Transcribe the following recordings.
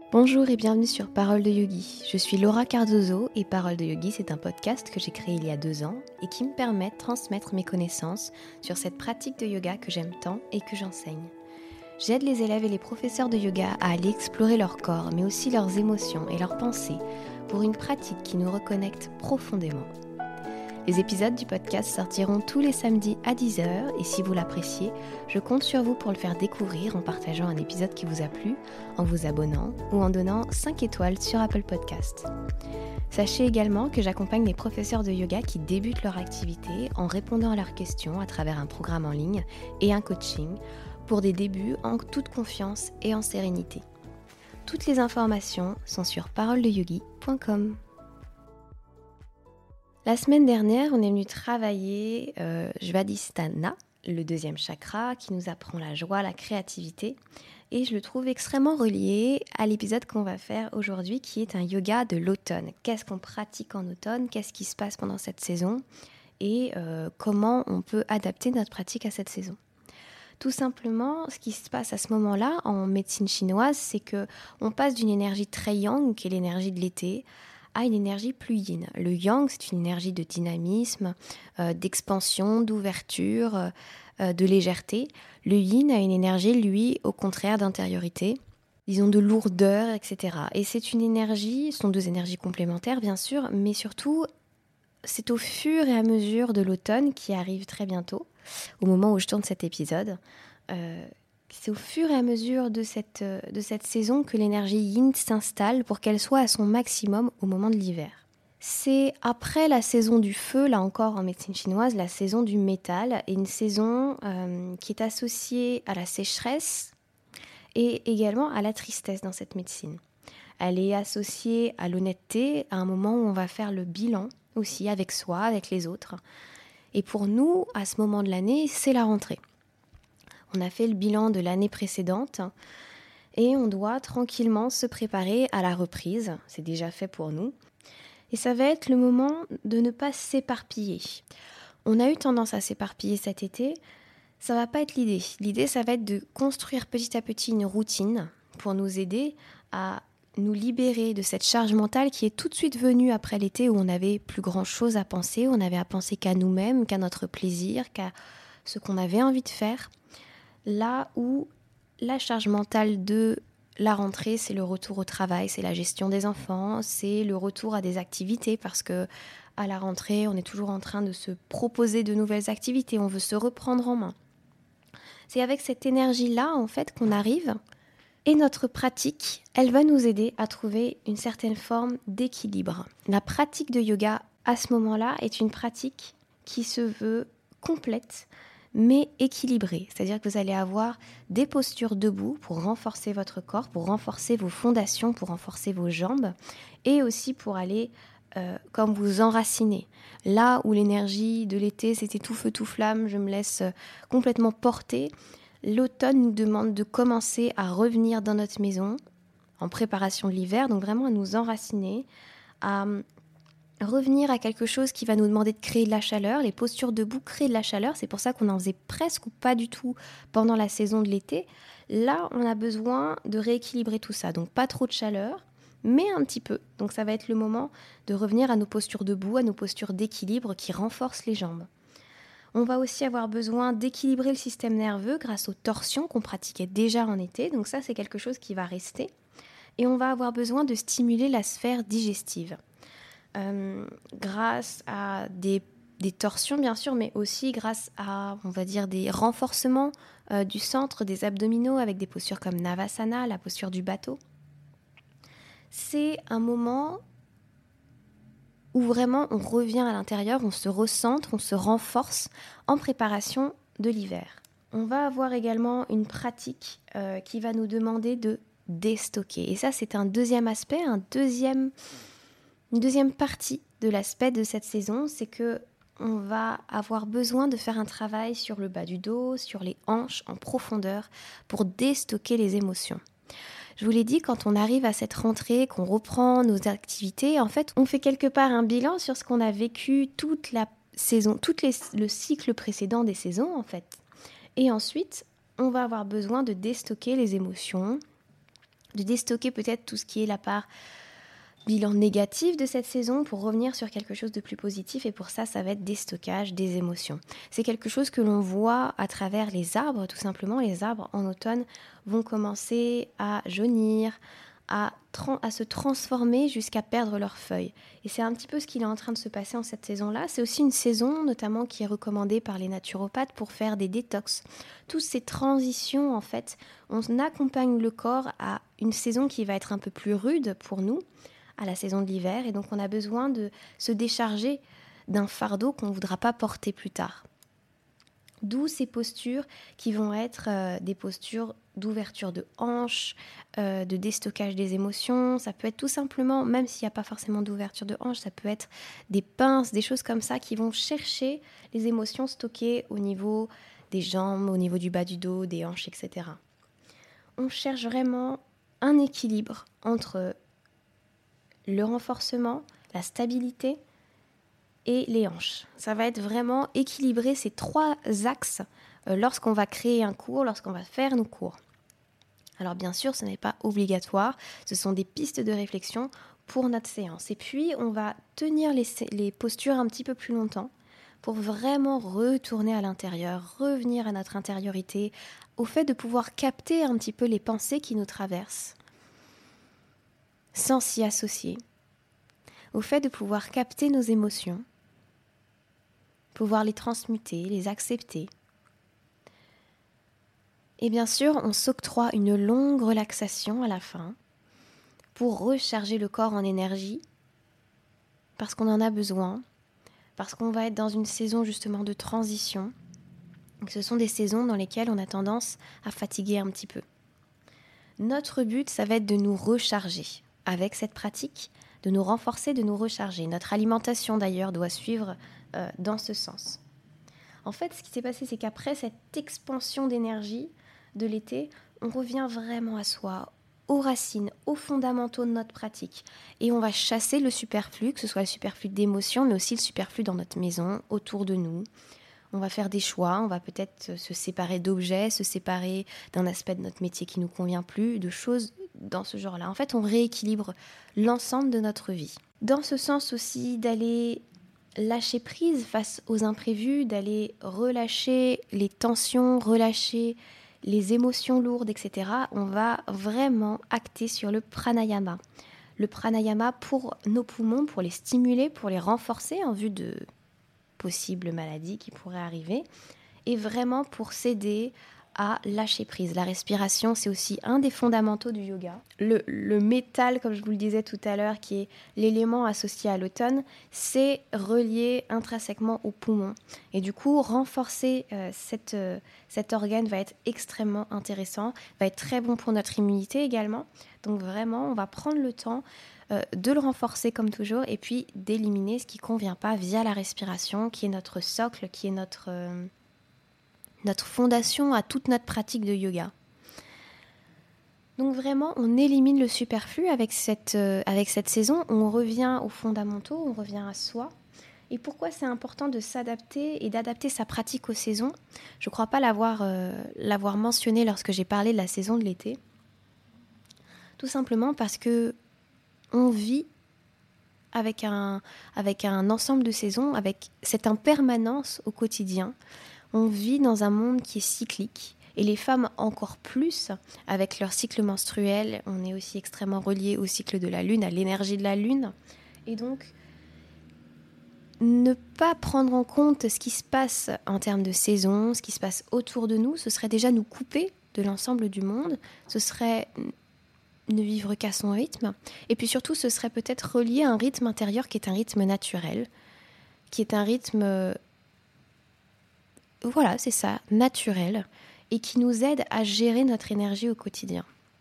Bonjour et bienvenue sur Parole de Yogi. Je suis Laura Cardozo et Parole de Yogi, c'est un podcast que j'ai créé il y a 2 ans et qui me permet de transmettre mes connaissances sur cette pratique de yoga que j'aime tant et que j'enseigne. J'aide les élèves et les professeurs de yoga à aller explorer leur corps, mais aussi leurs émotions et leurs pensées pour une pratique qui nous reconnecte profondément. Les épisodes du podcast sortiront tous les samedis à 10h et si vous l'appréciez, je compte sur vous pour le faire découvrir en partageant un épisode qui vous a plu, en vous abonnant ou en donnant 5 étoiles sur Apple Podcast. Sachez également que j'accompagne les professeurs de yoga qui débutent leur activité en répondant à leurs questions à travers un programme en ligne et un coaching pour des débuts en toute confiance et en sérénité. Toutes les informations sont sur paroledeyogi.com. La semaine dernière, on est venu travailler Svadhisthana, le 2e chakra qui nous apprend la joie, la créativité. Et je le trouve extrêmement relié à l'épisode qu'on va faire aujourd'hui qui est un yoga de l'automne. Qu'est-ce qu'on pratique en automne? Qu'est-ce qui se passe pendant cette saison? Et comment on peut adapter notre pratique à cette saison? Tout simplement, ce qui se passe à ce moment-là en médecine chinoise, c'est qu'on passe d'une énergie très yang, qui est l'énergie de l'été, à une énergie plus yin. Le yang, c'est une énergie de dynamisme, d'expansion, d'ouverture, de légèreté. Le yin a une énergie, lui, au contraire, d'intériorité, disons de lourdeur, etc. Et c'est une énergie, ce sont 2 énergies complémentaires, bien sûr, mais surtout, c'est au fur et à mesure de l'automne qui arrive très bientôt, au moment où je tourne cet épisode, c'est au fur et à mesure de cette saison que l'énergie yin s'installe pour qu'elle soit à son maximum au moment de l'hiver. C'est après la saison du feu, là encore en médecine chinoise, la saison du métal, et une saison qui est associée à la sécheresse et également à la tristesse dans cette médecine. Elle est associée à l'honnêteté, à un moment où on va faire le bilan aussi avec soi, avec les autres. Et pour nous, à ce moment de l'année, c'est la rentrée. On a fait le bilan de l'année précédente et on doit tranquillement se préparer à la reprise. C'est déjà fait pour nous. Et ça va être le moment de ne pas s'éparpiller. On a eu tendance à s'éparpiller cet été. Ça va pas être l'idée. L'idée, ça va être de construire petit à petit une routine pour nous aider à nous libérer de cette charge mentale qui est tout de suite venue après l'été où on n'avait plus grand chose à penser. On n'avait à penser qu'à nous-mêmes, qu'à notre plaisir, qu'à ce qu'on avait envie de faire. Là où la charge mentale de la rentrée, c'est le retour au travail, c'est la gestion des enfants, c'est le retour à des activités parce que à la rentrée, on est toujours en train de se proposer de nouvelles activités, on veut se reprendre en main. C'est avec cette énergie-là, en fait, qu'on arrive et notre pratique, elle va nous aider à trouver une certaine forme d'équilibre. La pratique de yoga, à ce moment-là, est une pratique qui se veut complète, mais équilibrée. C'est-à-dire que vous allez avoir des postures debout pour renforcer votre corps, pour renforcer vos fondations, pour renforcer vos jambes, et aussi pour aller comme vous enraciner. Là où l'énergie de l'été, c'était tout feu, tout flamme, je me laisse complètement porter. L'automne nous demande de commencer à revenir dans notre maison en préparation de l'hiver, donc vraiment à nous enraciner, à revenir à quelque chose qui va nous demander de créer de la chaleur. Les postures debout créent de la chaleur, c'est pour ça qu'on n'en faisait presque ou pas du tout pendant la saison de l'été. Là, on a besoin de rééquilibrer tout ça, donc pas trop de chaleur, mais un petit peu. Donc ça va être le moment de revenir à nos postures debout, à nos postures d'équilibre qui renforcent les jambes. On va aussi avoir besoin d'équilibrer le système nerveux grâce aux torsions qu'on pratiquait déjà en été, donc ça c'est quelque chose qui va rester. Et on va avoir besoin de stimuler la sphère digestive. Grâce à des torsions bien sûr, mais aussi grâce à, on va dire, des renforcements du centre des abdominaux avec des postures comme Navasana, la posture du bateau. C'est un moment où vraiment on revient à l'intérieur, on se recentre, on se renforce en préparation de l'hiver. On va avoir également une pratique qui va nous demander de déstocker. Et ça, c'est un deuxième aspect, une deuxième partie de l'aspect de cette saison, c'est que on va avoir besoin de faire un travail sur le bas du dos, sur les hanches en profondeur pour déstocker les émotions. Je vous l'ai dit, quand on arrive à cette rentrée, qu'on reprend nos activités, en fait, on fait quelque part un bilan sur ce qu'on a vécu toute la saison, le cycle précédent des saisons, en fait. Et ensuite, on va avoir besoin de déstocker les émotions, de déstocker peut-être tout ce qui est la part bilan négatif de cette saison pour revenir sur quelque chose de plus positif. Et pour ça, ça va être déstockage des émotions. C'est quelque chose que l'on voit à travers les arbres, tout simplement. Les arbres, en automne, vont commencer à jaunir, à se transformer jusqu'à perdre leurs feuilles. Et c'est un petit peu ce qu'il est en train de se passer en cette saison-là. C'est aussi une saison, notamment, qui est recommandée par les naturopathes pour faire des détox. Toutes ces transitions, en fait, on accompagne le corps à une saison qui va être un peu plus rude pour nous, à la saison de l'hiver, et donc on a besoin de se décharger d'un fardeau qu'on ne voudra pas porter plus tard. D'où ces postures qui vont être des postures d'ouverture de hanches, de déstockage des émotions. Ça peut être tout simplement, même s'il n'y a pas forcément d'ouverture de hanches, ça peut être des pinces, des choses comme ça qui vont chercher les émotions stockées au niveau des jambes, au niveau du bas du dos, des hanches, etc. On cherche vraiment un équilibre entre le renforcement, la stabilité et les hanches. Ça va être vraiment équilibrer ces 3 axes lorsqu'on va créer un cours, lorsqu'on va faire nos cours. Alors bien sûr, ce n'est pas obligatoire, ce sont des pistes de réflexion pour notre séance. Et puis, on va tenir les postures un petit peu plus longtemps pour vraiment retourner à l'intérieur, revenir à notre intériorité, au fait de pouvoir capter un petit peu les pensées qui nous traversent, sans s'y associer, au fait de pouvoir capter nos émotions, pouvoir les transmuter, les accepter. Et bien sûr, on s'octroie une longue relaxation à la fin pour recharger le corps en énergie, parce qu'on en a besoin, parce qu'on va être dans une saison justement de transition. Donc, ce sont des saisons dans lesquelles on a tendance à fatiguer un petit peu. Notre but, ça va être de nous recharger avec cette pratique, de nous renforcer, de nous recharger. Notre alimentation d'ailleurs doit suivre dans ce sens. En fait, ce qui s'est passé, c'est qu'après cette expansion d'énergie de l'été, on revient vraiment à soi, aux racines, aux fondamentaux de notre pratique. Et on va chasser le superflu, que ce soit le superflu d'émotions, mais aussi le superflu dans notre maison, autour de nous. On va faire des choix, on va peut-être se séparer d'objets, se séparer d'un aspect de notre métier qui ne nous convient plus, de choses dans ce genre-là. En fait, on rééquilibre l'ensemble de notre vie. Dans ce sens aussi, d'aller lâcher prise face aux imprévus, d'aller relâcher les tensions, relâcher les émotions lourdes, etc. On va vraiment acter sur le pranayama. Le pranayama pour nos poumons, pour les stimuler, pour les renforcer en vue de possibles maladies qui pourraient arriver, et vraiment pour s'aider à lâcher prise. La respiration, c'est aussi un des fondamentaux du yoga. Le métal, comme je vous le disais tout à l'heure, qui est l'élément associé à l'automne, c'est relié intrinsèquement au poumon. Et du coup, renforcer cet organe va être extrêmement intéressant, va être très bon pour notre immunité également. Donc vraiment, on va prendre le temps de le renforcer comme toujours, et puis d'éliminer ce qui ne convient pas via la respiration, qui est notre socle, qui est notre fondation à toute notre pratique de yoga. Donc vraiment, on élimine le superflu avec cette saison, on revient aux fondamentaux, on revient à soi. Et pourquoi c'est important de s'adapter et d'adapter sa pratique aux saisons ? Je ne crois pas l'avoir mentionné lorsque j'ai parlé de la saison de l'été. Tout simplement parce que on vit avec un ensemble de saisons, avec cette impermanence au quotidien. On vit dans un monde qui est cyclique, et les femmes encore plus, avec leur cycle menstruel. On est aussi extrêmement relié au cycle de la lune, à l'énergie de la lune. Et donc, ne pas prendre en compte ce qui se passe en termes de saison, ce qui se passe autour de nous, ce serait déjà nous couper de l'ensemble du monde, ce serait ne vivre qu'à son rythme, et puis surtout ce serait peut-être relié à un rythme intérieur qui est un rythme naturel, qui est un rythme, voilà, c'est ça, naturel, et qui nous aide à gérer notre énergie au quotidien,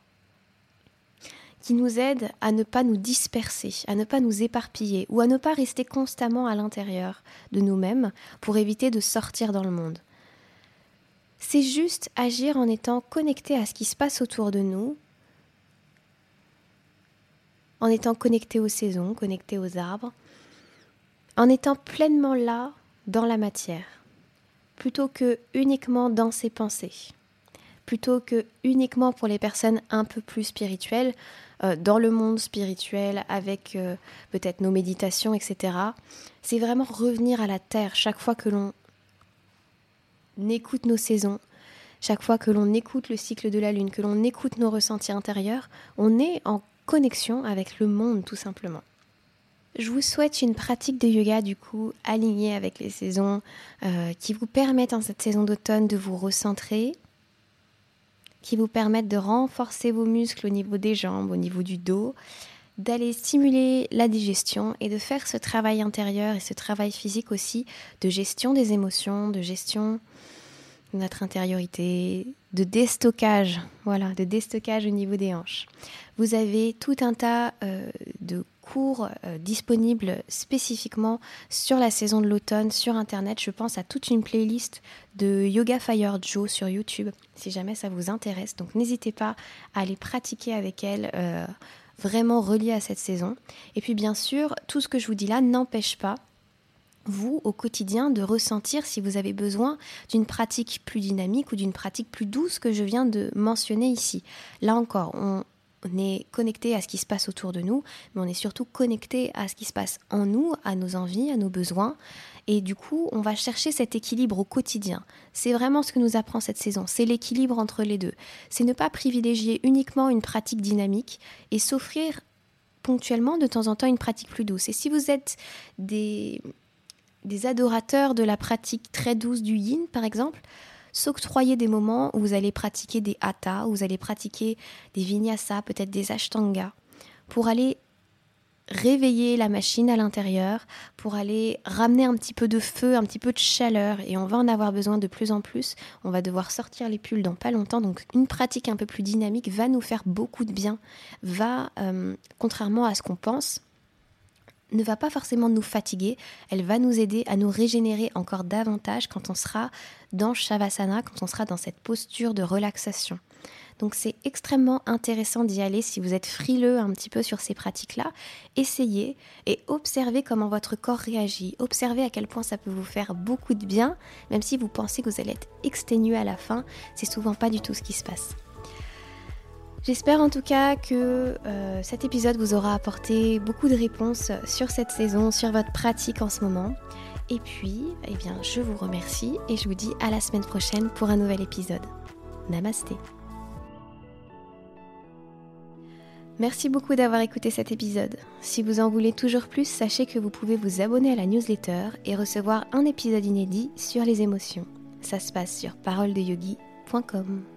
qui nous aide à ne pas nous disperser, à ne pas nous éparpiller, ou à ne pas rester constamment à l'intérieur de nous-mêmes pour éviter de sortir dans le monde. C'est juste agir en étant connecté à ce qui se passe autour de nous, en étant connecté aux saisons, connecté aux arbres, en étant pleinement là, dans la matière, plutôt que uniquement dans ses pensées. plutôt que uniquement pour les personnes un peu plus spirituelles, dans le monde spirituel, avec peut-être nos méditations, etc. C'est vraiment revenir à la terre chaque fois que l'on écoute nos saisons, chaque fois que l'on écoute le cycle de la lune, que l'on écoute nos ressentis intérieurs, on est en connexion avec le monde tout simplement. Je vous souhaite une pratique de yoga du coup alignée avec les saisons qui vous permettent en cette saison d'automne de vous recentrer, qui vous permettent de renforcer vos muscles au niveau des jambes, au niveau du dos, d'aller stimuler la digestion et de faire ce travail intérieur et ce travail physique aussi de gestion des émotions, de gestion de notre intériorité, de déstockage, de déstockage au niveau des hanches. Vous avez tout un tas de cours disponibles spécifiquement sur la saison de l'automne sur internet. Je pense à toute une playlist de Yoga Fire Joe sur YouTube si jamais ça vous intéresse. Donc n'hésitez pas à aller pratiquer avec elle, vraiment relié à cette saison. Et puis bien sûr, tout ce que je vous dis là n'empêche pas vous, au quotidien, de ressentir si vous avez besoin d'une pratique plus dynamique ou d'une pratique plus douce que je viens de mentionner ici. Là encore, on est connecté à ce qui se passe autour de nous, mais on est surtout connecté à ce qui se passe en nous, à nos envies, à nos besoins. Et du coup, on va chercher cet équilibre au quotidien. C'est vraiment ce que nous apprend cette saison, c'est l'équilibre entre les deux. C'est ne pas privilégier uniquement une pratique dynamique et s'offrir ponctuellement de temps en temps une pratique plus douce. Et si vous êtes des adorateurs de la pratique très douce du yin, par exemple, s'octroyer des moments où vous allez pratiquer des hatha, où vous allez pratiquer des vinyasa, peut-être des ashtangas, pour aller réveiller la machine à l'intérieur, pour aller ramener un petit peu de feu, un petit peu de chaleur, et on va en avoir besoin de plus en plus. On va devoir sortir les pulls dans pas longtemps, donc une pratique un peu plus dynamique va nous faire beaucoup de bien, contrairement à ce qu'on pense, ne va pas forcément nous fatiguer, elle va nous aider à nous régénérer encore davantage quand on sera dans Shavasana, quand on sera dans cette posture de relaxation. Donc c'est extrêmement intéressant d'y aller si vous êtes frileux un petit peu sur ces pratiques-là. Essayez et observez comment votre corps réagit. Observez à quel point ça peut vous faire beaucoup de bien, même si vous pensez que vous allez être exténué à la fin, c'est souvent pas du tout ce qui se passe. J'espère en tout cas que cet épisode vous aura apporté beaucoup de réponses sur cette saison, sur votre pratique en ce moment. Et puis, je vous remercie et je vous dis à la semaine prochaine pour un nouvel épisode. Namasté. Merci beaucoup d'avoir écouté cet épisode. Si vous en voulez toujours plus, sachez que vous pouvez vous abonner à la newsletter et recevoir un épisode inédit sur les émotions. Ça se passe sur paroledeyogi.com.